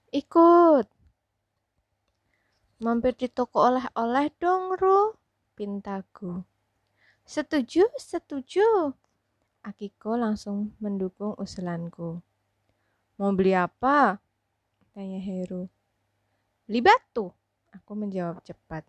Ikut. Mampir di toko oleh-oleh dong, Ru, pintaku. Setuju, setuju. Akiko langsung mendukung usulanku. Mau beli apa? Tanya Heru. Beli batu, aku menjawab cepat.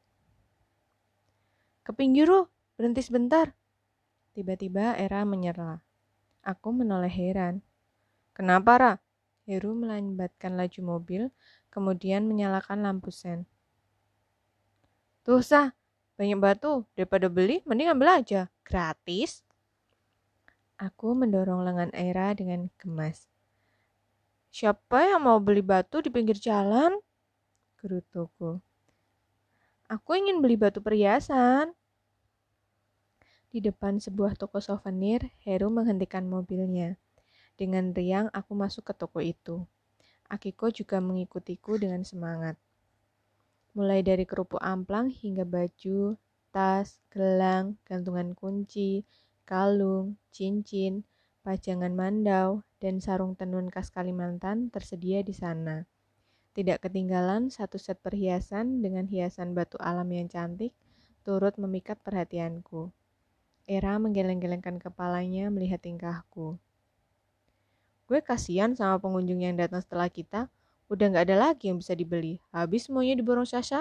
Ke pinggir, Ru, berhenti sebentar. Tiba-tiba Era menyela. Aku menoleh heran. Kenapa, Ra? Heru melambatkan laju mobil, kemudian menyalakan lampu sen. Tuh, Sah, banyak batu. Daripada beli, mending ambil aja. Gratis. Aku mendorong lengan Era dengan gemas. Siapa yang mau beli batu di pinggir jalan? Gerutuku. Aku ingin beli batu perhiasan. Di depan sebuah toko souvenir, Heru menghentikan mobilnya. Dengan riang, aku masuk ke toko itu. Akiko juga mengikutiku dengan semangat. Mulai dari kerupuk amplang hingga baju, tas, gelang, gantungan kunci, kalung, cincin, pajangan mandau, dan sarung tenun khas Kalimantan tersedia di sana. Tidak ketinggalan satu set perhiasan dengan hiasan batu alam yang cantik turut memikat perhatianku. Era menggeleng-gelengkan kepalanya melihat tingkahku. Gue kasihan sama pengunjung yang datang setelah kita. Udah gak ada lagi yang bisa dibeli. Habis semuanya diborong Sasha.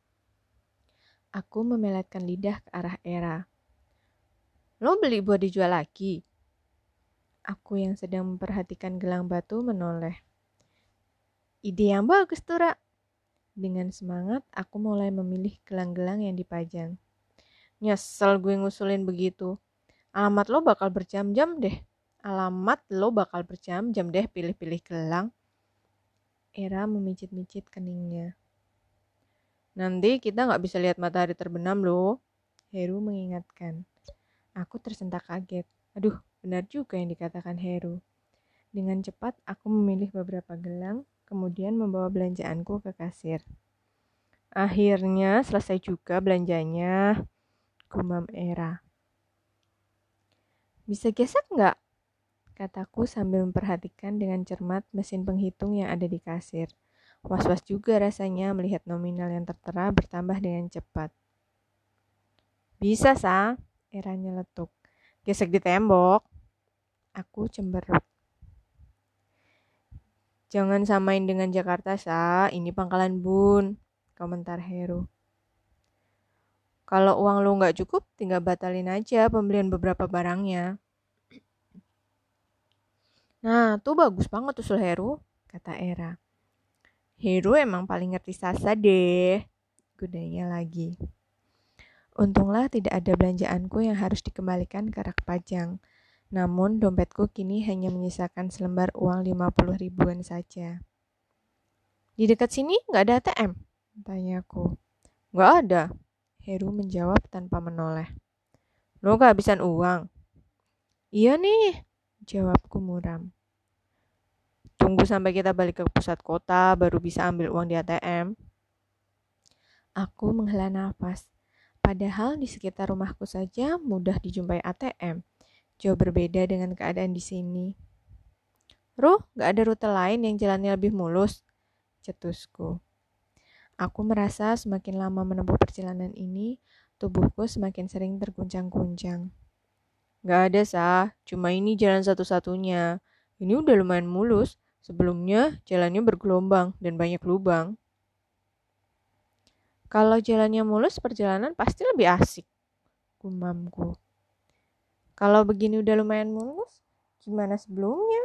Aku memeletkan lidah ke arah Era. Lo beli buat dijual lagi? Aku yang sedang memperhatikan gelang batu menoleh. Ide yang bagus tuh, Ra. Dengan semangat, aku mulai memilih gelang-gelang yang dipajang. Nyesel gue ngusulin begitu. Alamat lo bakal berjam-jam deh pilih-pilih gelang. Era memicit-micit keningnya. Nanti kita gak bisa lihat matahari terbenam loh. Heru mengingatkan. Aku tersentak kaget. Aduh, benar juga yang dikatakan Heru. Dengan cepat aku memilih beberapa gelang, kemudian membawa belanjaanku ke kasir. Akhirnya selesai juga belanjanya, gumam Era. Bisa gesek nggak? Kataku sambil memperhatikan dengan cermat mesin penghitung yang ada di kasir. Was-was juga rasanya melihat nominal yang tertera bertambah dengan cepat. Bisa, Sa, Era nyeletuk. Gesek di tembok. Aku cemberut. Jangan samain dengan Jakarta, Sa. Ini Pangkalan Bun, komentar Heru. Kalau uang lo nggak cukup, tinggal batalin aja pembelian beberapa barangnya. Nah, tuh bagus banget usul Heru, kata Era. Heru emang paling ngerti Sasa deh, gudanya lagi. Untunglah tidak ada belanjaanku yang harus dikembalikan ke rak pajang. Namun dompetku kini hanya menyisakan selembar uang 50 ribuan saja. Di dekat sini nggak ada ATM? Tanyaku. Nggak ada, Heru menjawab tanpa menoleh. Lo kehabisan uang? Iya nih, jawabku muram. Tunggu sampai kita balik ke pusat kota baru bisa ambil uang di ATM. Aku menghela nafas. Padahal di sekitar rumahku saja mudah dijumpai ATM. Jauh berbeda dengan keadaan di sini. Ruh, gak ada rute lain yang jalannya lebih mulus? Cetusku. Aku merasa semakin lama menempuh perjalanan ini, tubuhku semakin sering terguncang-guncang. Gak ada, Sah. Cuma ini jalan satu-satunya. Ini udah lumayan mulus. Sebelumnya jalannya bergelombang dan banyak lubang. Kalau jalannya mulus, perjalanan pasti lebih asik, gumamku. Kalau begini udah lumayan mulus, gimana sebelumnya?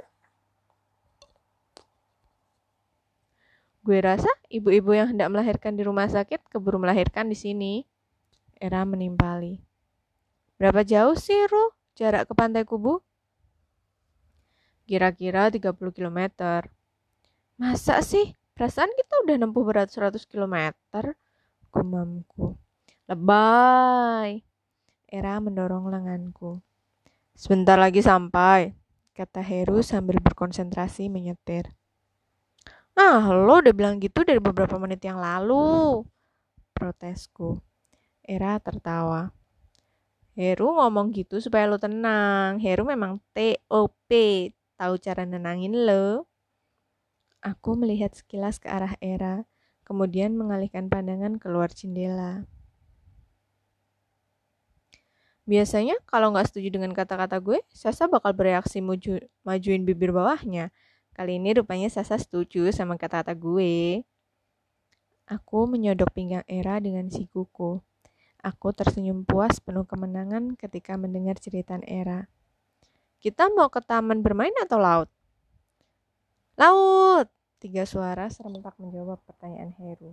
Gue rasa ibu-ibu yang hendak melahirkan di rumah sakit keburu melahirkan di sini. Era menimpali. Berapa jauh sih, Ru, jarak ke Pantai Kubu? Kira-kira 30 kilometer. Masa sih? Perasaan kita udah nempuh beratus-ratus kilometer, gumamku. Lebay. Era mendorong lenganku. Sebentar lagi sampai, kata Heru sambil berkonsentrasi menyetir. Lo udah bilang gitu dari beberapa menit yang lalu, protesku. Era tertawa. Heru ngomong gitu supaya lo tenang. Heru memang TOP, tahu cara nenangin lo. Aku melihat sekilas ke arah Era, kemudian mengalihkan pandangan keluar jendela. Biasanya kalau nggak setuju dengan kata-kata gue, Sasa bakal bereaksi majuin bibir bawahnya. Kali ini rupanya Sasa setuju sama kata-kata gue. Aku menyodok pinggang Era dengan sikuku. Aku tersenyum puas penuh kemenangan ketika mendengar cerita Era. Kita mau ke taman bermain atau laut? Laut! 3 suara serentak menjawab pertanyaan Heru.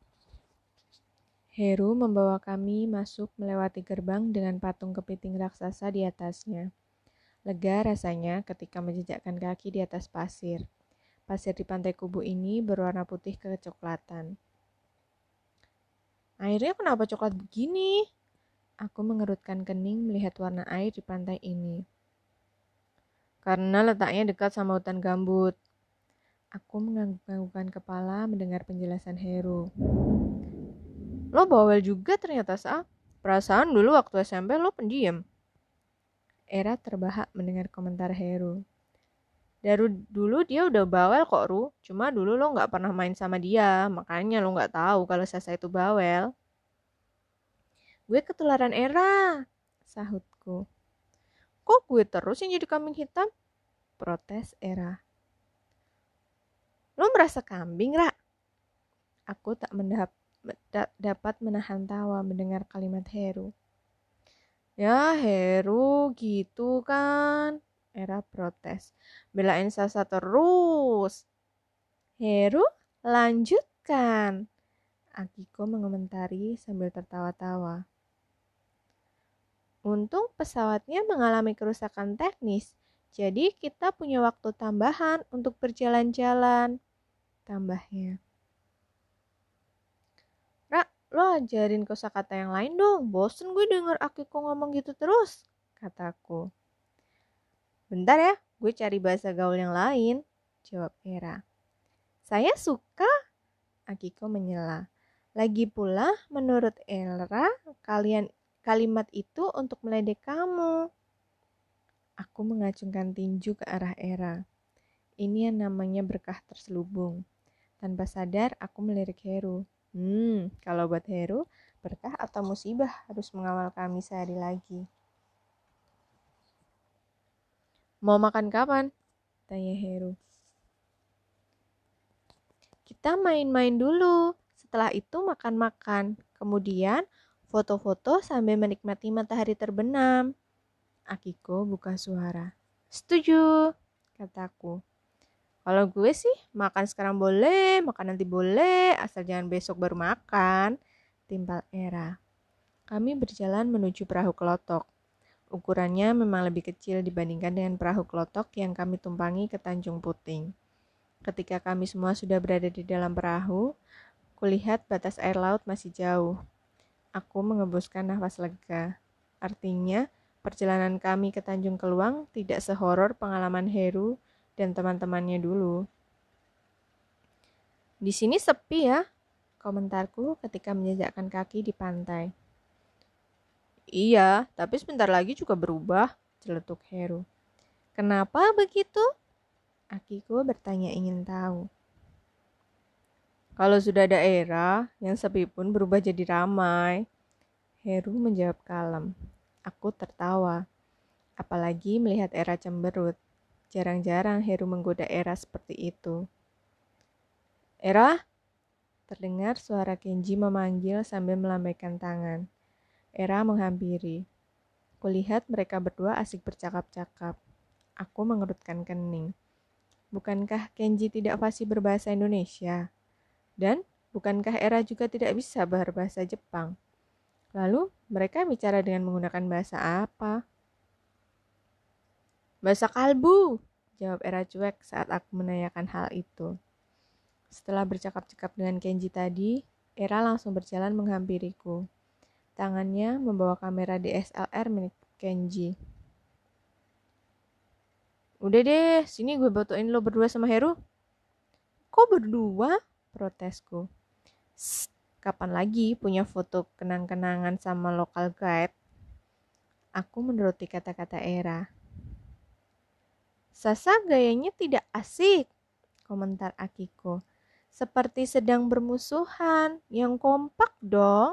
Heru membawa kami masuk melewati gerbang dengan patung kepiting raksasa di atasnya. Lega rasanya ketika menjejakkan kaki di atas pasir. Pasir di pantai Kubu ini berwarna putih kecoklatan. Airnya kenapa coklat begini? Aku mengerutkan kening melihat warna air di pantai ini. Karena letaknya dekat sama hutan gambut. Aku mengangguk-anggukkan kepala mendengar penjelasan Heru. Lo bawel juga ternyata, Sa. Perasaan dulu waktu SMP lo pendiam. Era terbahak mendengar komentar Heru. Dari dulu dia udah bawel kok, Ru. Cuma dulu lo gak pernah main sama dia, makanya lo gak tahu kalau Sasa itu bawel. Gue ketularan Era, sahutku. Kok gue terus yang jadi kambing hitam? Protes Era. Lo merasa kambing, Ra? Aku tak dapat menahan tawa mendengar kalimat Heru. Ya Heru gitu kan, Era protes. Belain Sasa terus. Heru lanjutkan, Akiko mengomentari sambil tertawa-tawa. Untung pesawatnya mengalami kerusakan teknis, jadi kita punya waktu tambahan untuk berjalan-jalan, tambahnya. Lo ajarin kosakata yang lain dong, bosen gue denger Akiko ngomong gitu terus, kataku. Bentar ya, gue cari bahasa gaul yang lain, jawab Era. Saya suka, Akiko menyela. Lagi pula, menurut Era, kalimat itu untuk meledek kamu. Aku mengacungkan tinju ke arah Era. Ini yang namanya berkah terselubung. Tanpa sadar, aku melirik Heru. Kalau buat Heru, berkah atau musibah harus mengawal kami sehari lagi. Mau makan kapan? Tanya Heru. Kita main-main dulu. Setelah itu makan-makan. Kemudian foto-foto sambil menikmati matahari terbenam. Akiko buka suara. Setuju, kataku. Kalau gue sih makan sekarang boleh, makan nanti boleh, asal jangan besok baru makan, timpal Era. Kami berjalan menuju perahu kelotok. Ukurannya memang lebih kecil dibandingkan dengan perahu kelotok yang kami tumpangi ke Tanjung Puting. Ketika kami semua sudah berada di dalam perahu, kulihat batas air laut masih jauh. Aku mengembuskan nafas lega. Artinya, perjalanan kami ke Tanjung Keluang tidak sehoror pengalaman Heru dan teman-temannya dulu. Di sini sepi ya, komentarku ketika menjejakkan kaki di pantai. Iya, tapi sebentar lagi juga berubah, celetuk Heru. Kenapa begitu? Akiko bertanya ingin tahu. Kalau sudah ada Era, yang sepi pun berubah jadi ramai. Heru menjawab kalem. Aku tertawa, apalagi melihat Era cemberut. Jarang-jarang Heru menggoda Era seperti itu. Era? Terdengar suara Kenji memanggil sambil melambaikan tangan. Era menghampiri. Kulihat mereka berdua asik bercakap-cakap. Aku mengerutkan kening. Bukankah Kenji tidak fasih berbahasa Indonesia? Dan bukankah Era juga tidak bisa berbahasa Jepang? Lalu mereka bicara dengan menggunakan bahasa apa? Bahasa kalbu, jawab Era cuek saat aku menanyakan hal itu. Setelah bercakap-cakap dengan Kenji tadi, Era langsung berjalan menghampiriku. Tangannya membawa kamera DSLR milik Kenji. Udah deh, sini gue fotoin lo berdua sama Heru. Kok berdua? Protesku. Kapan lagi punya foto kenang-kenangan sama local guide? Aku menuruti kata-kata Era. Sasa gayanya tidak asik, komentar Akiko. Seperti sedang bermusuhan, yang kompak dong.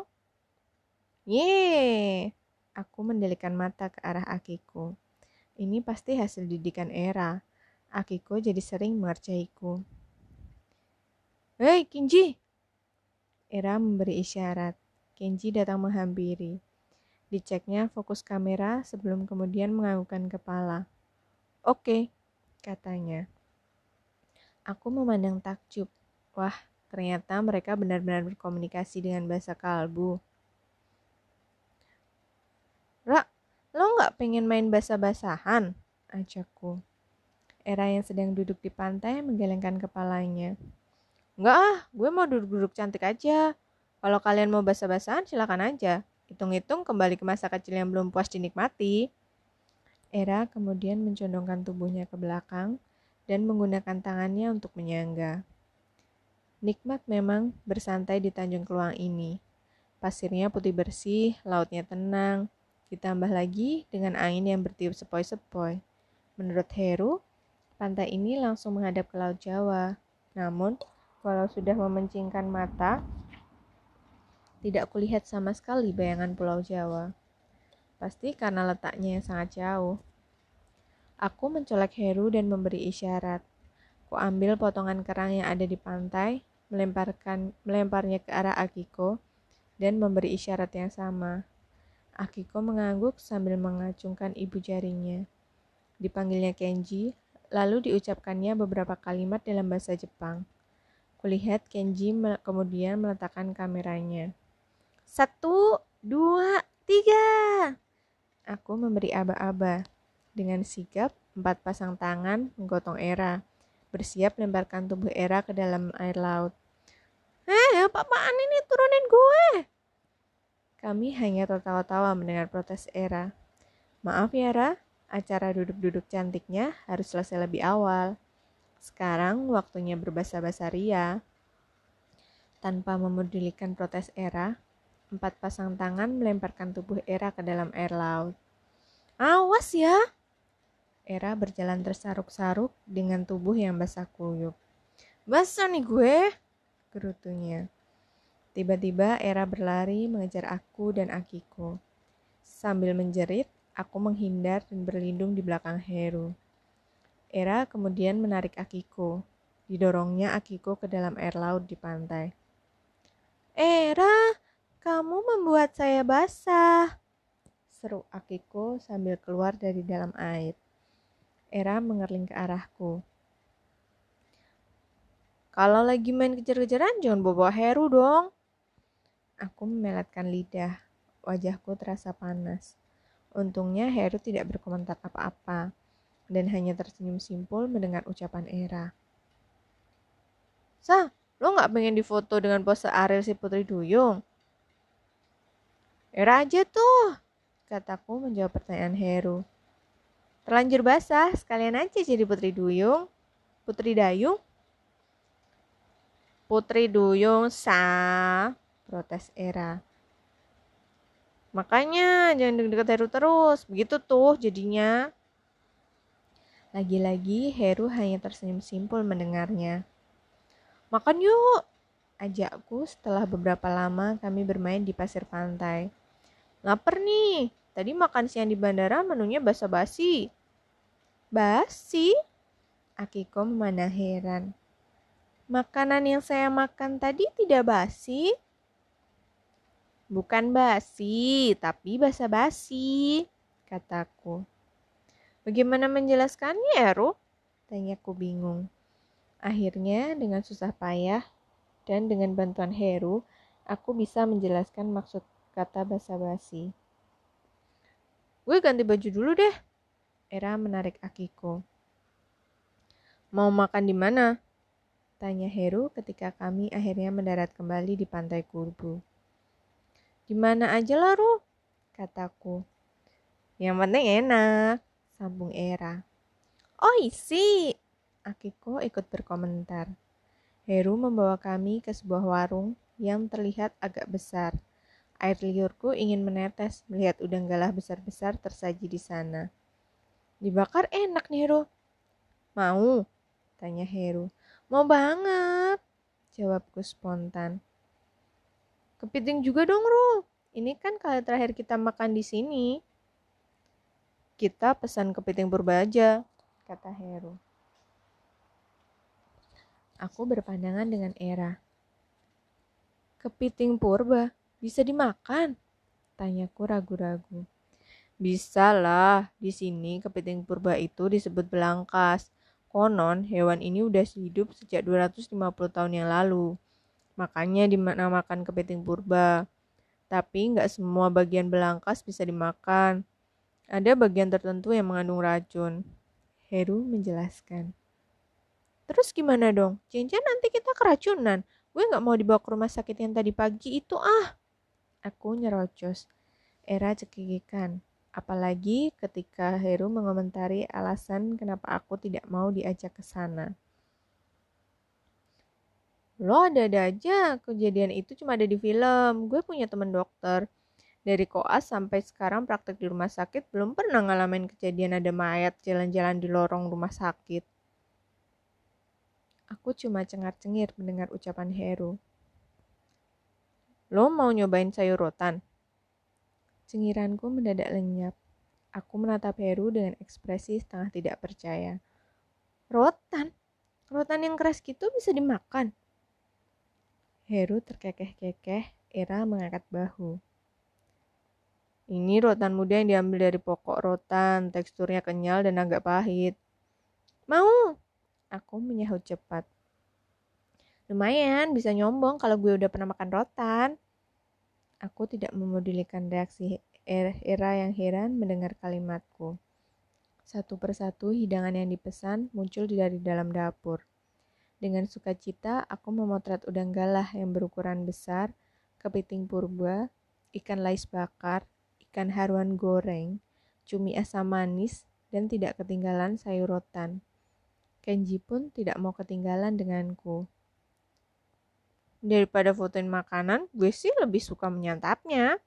Yeay, aku mendelikan mata ke arah Akiko. Ini pasti hasil didikan Era. Akiko jadi sering mengerjaiku. Hei, Kenji! Era memberi isyarat. Kenji datang menghampiri. Diceknya fokus kamera sebelum kemudian menganggukkan kepala. Oke, katanya. Aku memandang takjub. Wah, ternyata mereka benar-benar berkomunikasi dengan bahasa kalbu. Ra, lo gak pengen main basa-basahan? Ajakku. Era yang sedang duduk di pantai menggelengkan kepalanya. Enggak ah, gue mau duduk-duduk cantik aja. Kalau kalian mau basa-basahan silakan aja. Hitung-hitung kembali ke masa kecil yang belum puas dinikmati. Era kemudian mencondongkan tubuhnya ke belakang dan menggunakan tangannya untuk menyangga. Nikmat memang bersantai di Tanjung Keluang ini. Pasirnya putih bersih, lautnya tenang, ditambah lagi dengan angin yang bertiup sepoi-sepoi. Menurut Heru, pantai ini langsung menghadap ke Laut Jawa. Namun, kalau sudah memencingkan mata, tidak kulihat sama sekali bayangan Pulau Jawa. Pasti karena letaknya yang sangat jauh. Aku mencolek Heru dan memberi isyarat. Kuambil potongan kerang yang ada di pantai, melemparnya ke arah Akiko, dan memberi isyarat yang sama. Akiko mengangguk sambil mengacungkan ibu jarinya. Dipanggilnya Kenji, lalu diucapkannya beberapa kalimat dalam bahasa Jepang. Kulihat Kenji kemudian meletakkan kameranya. 1, 2, 3. Aku memberi aba-aba. Dengan sigap, 4 pasang tangan menggotong Era. Bersiap lemparkan tubuh Era ke dalam air laut. Apa-apaan ini, turunin gue! Kami hanya tertawa-tawa mendengar protes Era. Maaf ya Ra, acara duduk-duduk cantiknya harus selesai lebih awal. Sekarang waktunya berbahasa-bahasa ria. Tanpa memedulikan protes Era, 4 pasang tangan melemparkan tubuh Era ke dalam air laut. Awas ya! Era berjalan tersaruk-saruk dengan tubuh yang basah kuyup. Basah nih gue, gerutunya. Tiba-tiba Era berlari mengejar aku dan Akiko. Sambil menjerit, aku menghindar dan berlindung di belakang Heru. Era kemudian menarik Akiko. Didorongnya Akiko ke dalam air laut di pantai. Era, kamu membuat saya basah, seru Akiko sambil keluar dari dalam air. Era mengerling ke arahku. Kalau lagi main kejar-kejaran jangan bawa Heru dong. Aku memeletkan lidah. Wajahku terasa panas. Untungnya Heru tidak berkomentar apa-apa dan hanya tersenyum simpul mendengar ucapan Era. Sa, lo gak pengen difoto dengan pose Ariel si Putri Duyung? Era aja tuh, kataku menjawab pertanyaan Heru. Terlanjur basah, sekalian aja jadi Putri Duyung. Putri Dayung? Putri Duyung, Sa, protes Era. Makanya jangan deket-deket Heru terus, begitu tuh jadinya. Lagi-lagi Heru hanya tersenyum simpul mendengarnya. Makan yuk, ajakku setelah beberapa lama kami bermain di pasir pantai. Lapar nih, tadi makan siang di bandara menunya basa-basi. Basi? Akiko memandang heran. Makanan yang saya makan tadi tidak basi? Bukan basi, tapi basa-basi, kataku. Bagaimana menjelaskannya, Eru? Tanyaku bingung. Akhirnya dengan susah payah dan dengan bantuan Heru, aku bisa menjelaskan maksud kata basa-basi. Gue ganti baju dulu deh. Era menarik Akiko. Mau makan di mana? Tanya Heru ketika kami akhirnya mendarat kembali di pantai Kurbu. Di mana aja lah, Ru, kataku. Yang penting enak, sambung Era. Oh isi, Akiko ikut berkomentar. Heru membawa kami ke sebuah warung yang terlihat agak besar. Air liurku ingin menetes melihat udang galah besar-besar tersaji di sana. Dibakar enak nih, Heru. Mau? Tanya Heru. Mau banget, jawabku spontan. Kepiting juga dong, Ru. Ini kan kali terakhir kita makan di sini. Kita pesan kepiting purba aja, kata Heru. Aku berpandangan dengan Era. Kepiting purba bisa dimakan? Tanyaku ragu-ragu. Bisa lah, di sini kepiting purba itu disebut belangkas. Konon hewan ini udah hidup sejak 250 tahun yang lalu. Makanya dinamakan kepiting purba. Tapi nggak semua bagian belangkas bisa dimakan. Ada bagian tertentu yang mengandung racun. Heru menjelaskan. Terus gimana dong? Jangan nanti kita keracunan. Gue nggak mau dibawa ke rumah sakit yang tadi pagi itu ah. Aku nyerocos. Era cekikikan. Apalagi ketika Heru mengomentari alasan kenapa aku tidak mau diajak ke sana. Lo ada-ada aja, kejadian itu cuma ada di film. Gue punya teman dokter. Dari koas sampai sekarang praktek di rumah sakit belum pernah ngalamin kejadian ada mayat jalan-jalan di lorong rumah sakit. Aku cuma cengar-cengir mendengar ucapan Heru. Lo mau nyobain sayur rotan? Cengiranku mendadak lenyap. Aku menatap Heru dengan ekspresi setengah tidak percaya. Rotan? Rotan yang keras gitu bisa dimakan? Heru terkekeh-kekeh, Era mengangkat bahu. Ini rotan muda yang diambil dari pokok rotan, teksturnya kenyal dan agak pahit. Mau? Aku menyahut cepat. Lumayan, bisa nyombong kalau gue udah pernah makan rotan. Aku tidak memedulikan reaksi Era yang heran mendengar kalimatku. Satu persatu hidangan yang dipesan muncul dari dalam dapur. Dengan sukacita, aku memotret udang galah yang berukuran besar, kepiting purba, ikan lais bakar, ikan haruan goreng, cumi asam manis, dan tidak ketinggalan sayur rotan. Kenji pun tidak mau ketinggalan denganku. Daripada fotoin makanan, gue sih lebih suka menyantapnya.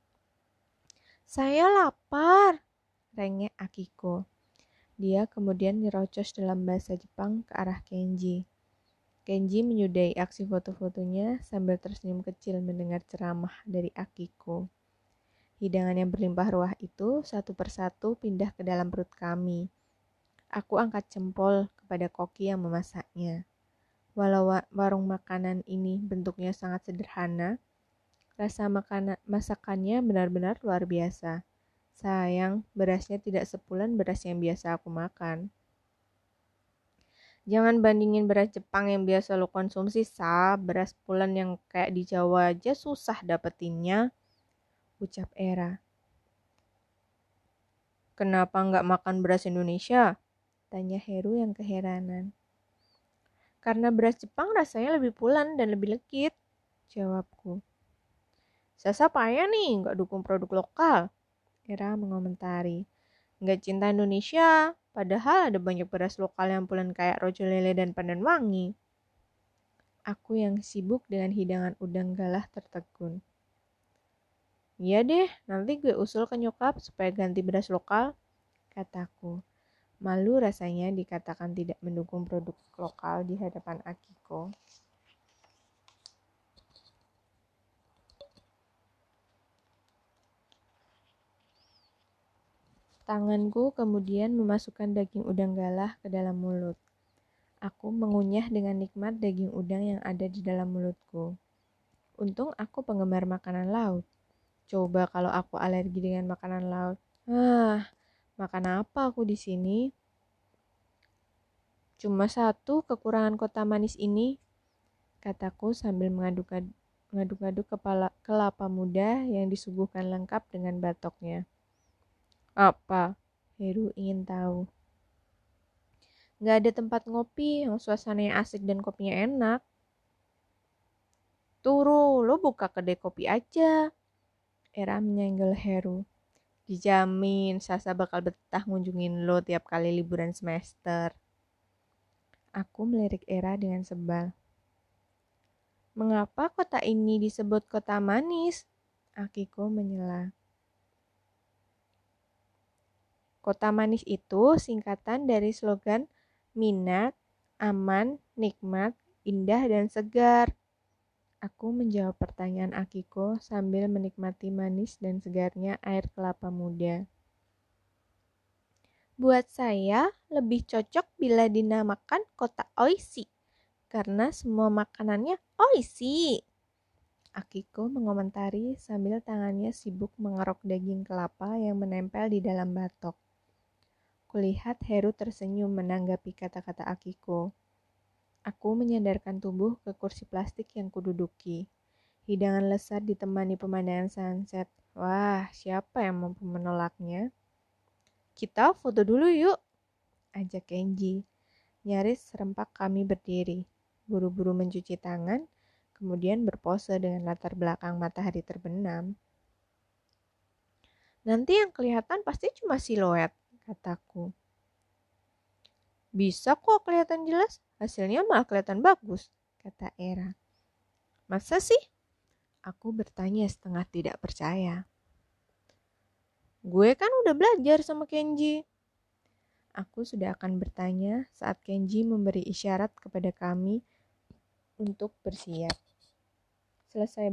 Saya lapar, rengek Akiko. Dia kemudian nyerocos dalam bahasa Jepang ke arah Kenji. Kenji menyudahi aksi foto-fotonya sambil tersenyum kecil mendengar ceramah dari Akiko. Hidangan yang berlimpah ruah itu satu persatu pindah ke dalam perut kami. Aku angkat jempol kepada koki yang memasaknya. Walau warung makanan ini bentuknya sangat sederhana, rasa masakannya benar-benar luar biasa. Sayang, berasnya tidak sepulan beras yang biasa aku makan. Jangan bandingin beras Jepang yang biasa lo konsumsi, beras pulen yang kayak di Jawa aja susah dapetinnya, ucap Era. Kenapa nggak makan beras Indonesia? Tanya Heru yang keheranan. Karena beras Jepang rasanya lebih pulen dan lebih legit, jawabku. Sasa payah nih nggak dukung produk lokal, Era mengomentari. Nggak cinta Indonesia, padahal ada banyak beras lokal yang pulen kayak rojo lele dan pandan wangi. Aku yang sibuk dengan hidangan udang galah tertegun. Iya deh, nanti gue usul ke nyokap supaya ganti beras lokal, kataku. Malu rasanya dikatakan tidak mendukung produk lokal di hadapan Akiko. Tanganku kemudian memasukkan daging udang galah ke dalam mulut. Aku mengunyah dengan nikmat daging udang yang ada di dalam mulutku. Untung aku penggemar makanan laut. Coba kalau aku alergi dengan makanan laut. Makan apa aku di sini? Cuma satu kekurangan kota manis ini, kataku sambil mengaduk-aduk kelapa muda yang disuguhkan lengkap dengan batoknya. Apa? Heru ingin tahu. Gak ada tempat ngopi yang suasananya asik dan kopinya enak. Turu, lo buka kedai kopi aja. Era menyenggol Heru. Dijamin, Sasa bakal betah ngunjungin lo tiap kali liburan semester. Aku melirik Era dengan sebal. Mengapa kota ini disebut kota manis? Akiko menyela. Kota manis itu singkatan dari slogan minat, Aman, nikmat, indah, dan segar. Aku menjawab pertanyaan Akiko sambil menikmati manis dan segarnya air kelapa muda. Buat saya, lebih cocok bila dinamakan kota Oishi, karena semua makanannya Oishi. Akiko mengomentari sambil tangannya sibuk mengerok daging kelapa yang menempel di dalam batok. Kulihat Heru tersenyum menanggapi kata-kata Akiko. Aku menyandarkan tubuh ke kursi plastik yang kududuki. Hidangan lezat ditemani pemandangan sunset. Wah, siapa yang mampu menolaknya? Kita foto dulu yuk, ajak Kenji. Nyaris serempak kami berdiri, buru-buru mencuci tangan, kemudian berpose dengan latar belakang matahari terbenam. Nanti yang kelihatan pasti cuma siluet, kataku. Bisa kok kelihatan jelas, hasilnya malah kelihatan bagus, kata Era. Masa sih? Aku bertanya setengah tidak percaya. Gue kan udah belajar sama Kenji. Aku sudah akan bertanya saat Kenji memberi isyarat kepada kami untuk bersiap. Selesai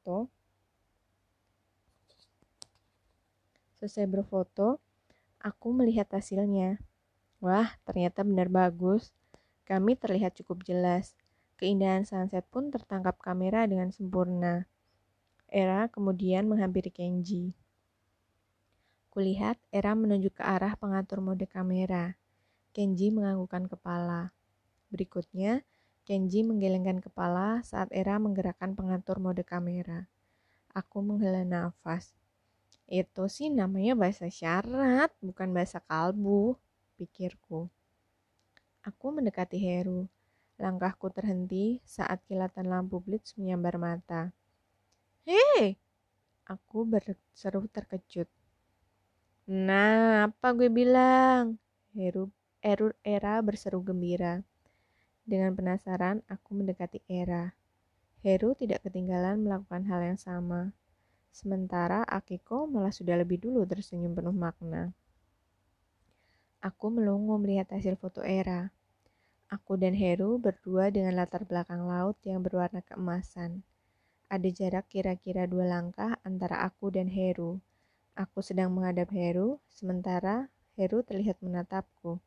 berfoto, aku melihat hasilnya. Wah, ternyata benar bagus. Kami terlihat cukup jelas. Keindahan sunset pun tertangkap kamera dengan sempurna. Era kemudian menghampiri Kenji. Kulihat Era menunjuk ke arah pengatur mode kamera. Kenji menganggukkan kepala. Berikutnya, Kenji menggelengkan kepala saat Era menggerakkan pengatur mode kamera. Aku menghela nafas. Itu sih namanya bahasa syarat, bukan bahasa kalbu, pikirku. Aku mendekati Heru. Langkahku terhenti saat kilatan lampu blitz menyambar mata. Hei! Aku berseru terkejut. Nah, apa gue bilang? Era berseru gembira. Dengan penasaran, aku mendekati Era. Heru tidak ketinggalan melakukan hal yang sama. Sementara Akiko malah sudah lebih dulu tersenyum penuh makna. Aku melongo melihat hasil foto Era. Aku dan Heru berdua dengan latar belakang laut yang berwarna keemasan. Ada jarak kira-kira 2 langkah antara aku dan Heru. Aku sedang menghadap Heru, sementara Heru terlihat menatapku.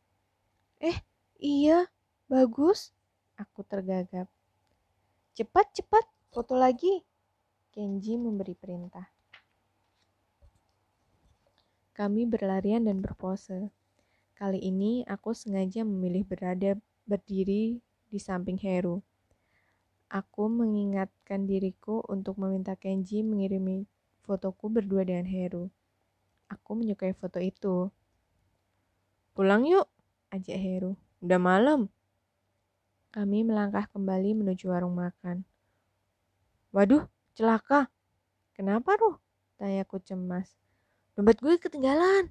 Iya, bagus. Aku tergagap. Cepat, foto lagi. Kenji memberi perintah. Kami berlarian dan berpose. Kali ini aku sengaja memilih berdiri di samping Heru. Aku mengingatkan diriku untuk meminta Kenji mengirimi fotoku berdua dengan Heru. Aku menyukai foto itu. Pulang yuk, ajak Heru. Udah malam. Kami melangkah kembali menuju warung makan. Waduh, celaka. Kenapa, Ruh? Tanyaku cemas. Dompet gue ketinggalan.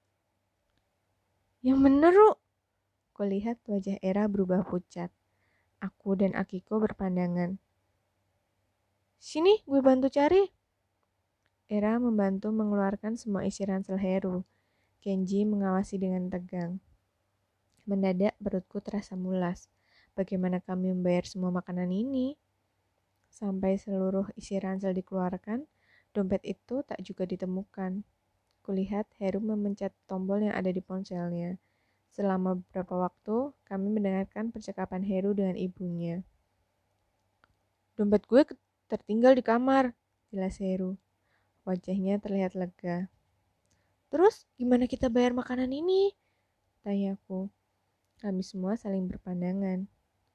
Yang bener, Ruh. Kulihat wajah Era berubah pucat. Aku dan Akiko berpandangan. Sini, gue bantu cari. Era membantu mengeluarkan semua isi ransel Heru. Kenji mengawasi dengan tegang. Mendadak perutku terasa mulas. Bagaimana kami membayar semua makanan ini? Sampai seluruh isi ransel dikeluarkan, dompet itu tak juga ditemukan. Kulihat Heru memencet tombol yang ada di ponselnya. Selama beberapa waktu, kami mendengarkan percakapan Heru dengan ibunya. Dompet gue tertinggal di kamar, jelas Heru. Wajahnya terlihat lega. Terus gimana kita bayar makanan ini? Tanyaku. Kami semua saling berpandangan.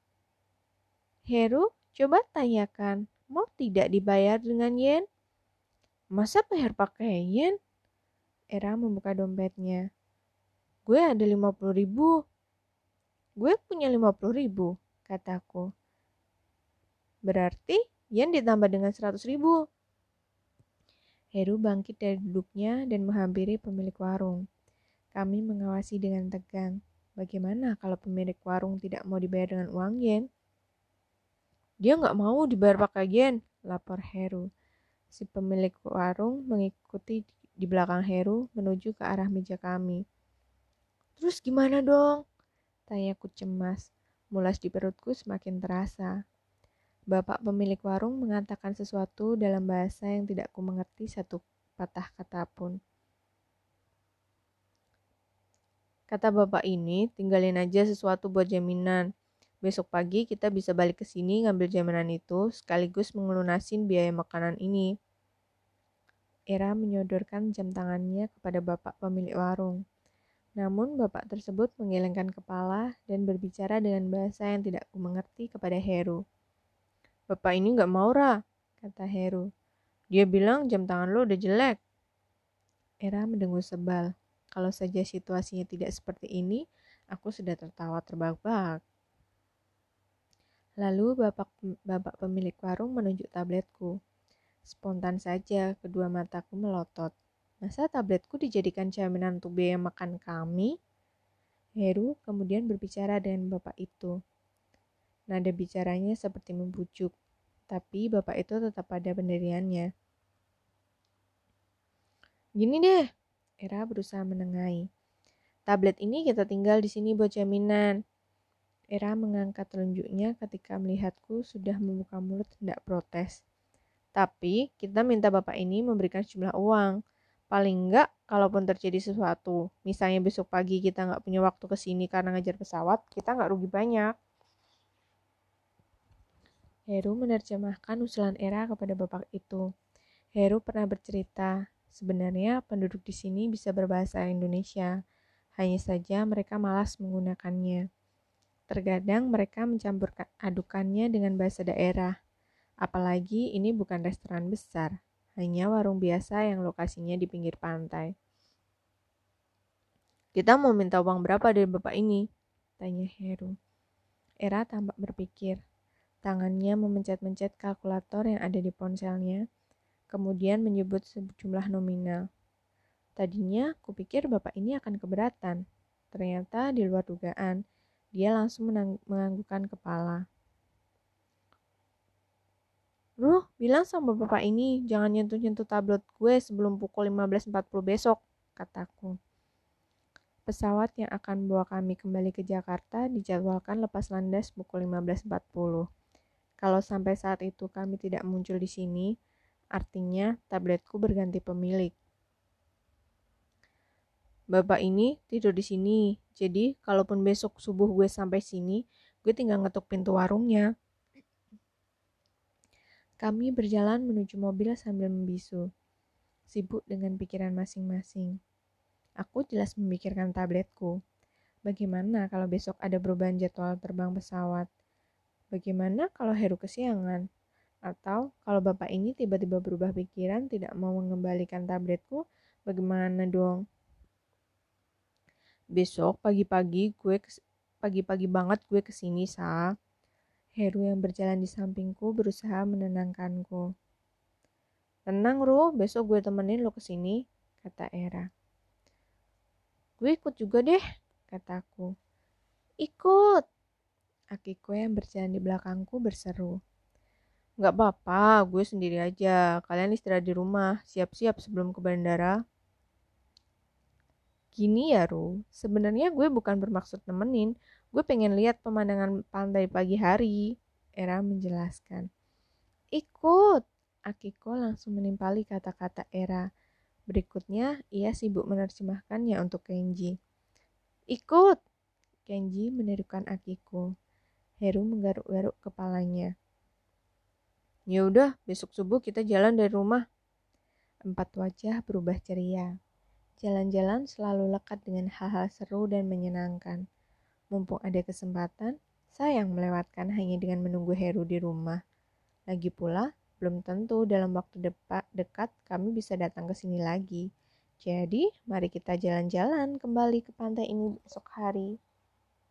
Heru, coba tanyakan, mau tidak dibayar dengan yen? Masa bayar pakai yen? Era membuka dompetnya. Gue ada 50.000. Gue punya 50.000, kataku. Berarti yen ditambah dengan 100.000. Heru bangkit dari duduknya dan menghampiri pemilik warung. Kami mengawasi dengan tegang. Bagaimana kalau pemilik warung tidak mau dibayar dengan uang yen? Dia nggak mau dibayar pakai yen, lapor Heru. Si pemilik warung mengikuti di belakang Heru menuju ke arah meja kami. Terus gimana dong? Tanyaku cemas. Mulas di perutku semakin terasa. Bapak pemilik warung mengatakan sesuatu dalam bahasa yang tidak kumengerti satu patah kata pun. Kata bapak ini, tinggalin aja sesuatu buat jaminan. Besok pagi kita bisa balik ke sini ngambil jaminan itu, sekaligus ngelunasin biaya makanan ini. Era menyodorkan jam tangannya kepada bapak pemilik warung. Namun bapak tersebut menggelengkan kepala dan berbicara dengan bahasa yang tidak kumengerti kepada Heru. Bapak ini gak mau, Ra, kata Heru. Dia bilang jam tangan lo udah jelek. Era mendengus sebal. Kalau saja situasinya tidak seperti ini, aku sudah tertawa terbahak-bahak. Lalu bapak pemilik warung menunjuk tabletku. Spontan saja kedua mataku melotot. Masa tabletku dijadikan jaminan untuk biaya makan kami? Heru kemudian berbicara dengan bapak itu. Nada bicaranya seperti membujuk, tapi bapak itu tetap pada pendiriannya. Gini deh, Era berusaha menengahi. Tablet ini kita tinggal di sini buat jaminan. Era mengangkat telunjuknya ketika melihatku sudah membuka mulut hendak protes. Tapi kita minta bapak ini memberikan sejumlah uang. Paling enggak, kalaupun terjadi sesuatu, misalnya besok pagi kita nggak punya waktu ke sini karena ngejar pesawat, kita nggak rugi banyak. Heru menerjemahkan usulan Era kepada bapak itu. Heru pernah bercerita, sebenarnya penduduk di sini bisa berbahasa Indonesia, hanya saja mereka malas menggunakannya. Terkadang mereka mencampur adukannya dengan bahasa daerah. Apalagi ini bukan restoran besar, hanya warung biasa yang lokasinya di pinggir pantai. Kita mau minta uang berapa dari bapak ini? Tanya Heru. Era tampak berpikir. Tangannya memencet-mencet kalkulator yang ada di ponselnya, kemudian menyebut sejumlah nominal. Tadinya kupikir bapak ini akan keberatan. Ternyata di luar dugaan, dia langsung menganggukkan kepala. Ruh, bilang sama bapak ini jangan nyentuh-nyentuh tablet gue sebelum pukul 15.40 besok, kataku. Pesawat yang akan membawa kami kembali ke Jakarta dijadwalkan lepas landas pukul 15.40. Kalau sampai saat itu kami tidak muncul di sini, artinya tabletku berganti pemilik. Bapak ini tidur di sini, jadi kalaupun besok subuh gue sampai sini, gue tinggal ngetuk pintu warungnya. Kami berjalan menuju mobil sambil membisu, sibuk dengan pikiran masing-masing. Aku jelas memikirkan tabletku. Bagaimana kalau besok ada perubahan jadwal terbang pesawat? Bagaimana kalau Heru kesiangan? Atau kalau bapak ini tiba-tiba berubah pikiran tidak mau mengembalikan tabletku, bagaimana dong? Besok pagi-pagi banget gue kesini, Sa. Heru yang berjalan di sampingku berusaha menenangkanku. Tenang, Ru, besok gue temenin lo kesini, kata Era. Gue ikut juga deh, kataku. Ikut, Akiko yang berjalan di belakangku berseru. Gak apa-apa, gue sendiri aja. Kalian istirahat di rumah, siap-siap sebelum ke bandara. Gini ya, Ru, sebenarnya gue bukan bermaksud nemenin. Gue pengen lihat pemandangan pantai pagi hari, Era menjelaskan. Ikut, Akiko langsung menimpali kata-kata Era. Berikutnya, ia sibuk menerjemahkannya untuk Kenji. Ikut, Kenji menirukan Akiko. Heru menggaruk-garuk kepalanya. Ya udah, besok subuh kita jalan dari rumah. 4 wajah berubah ceria. Jalan-jalan selalu lekat dengan hal-hal seru dan menyenangkan. Mumpung ada kesempatan, sayang melewatkan hanya dengan menunggu Heru di rumah. Lagi pula, belum tentu dalam waktu dekat kami bisa datang ke sini lagi. Jadi, mari kita jalan-jalan kembali ke pantai ini besok hari.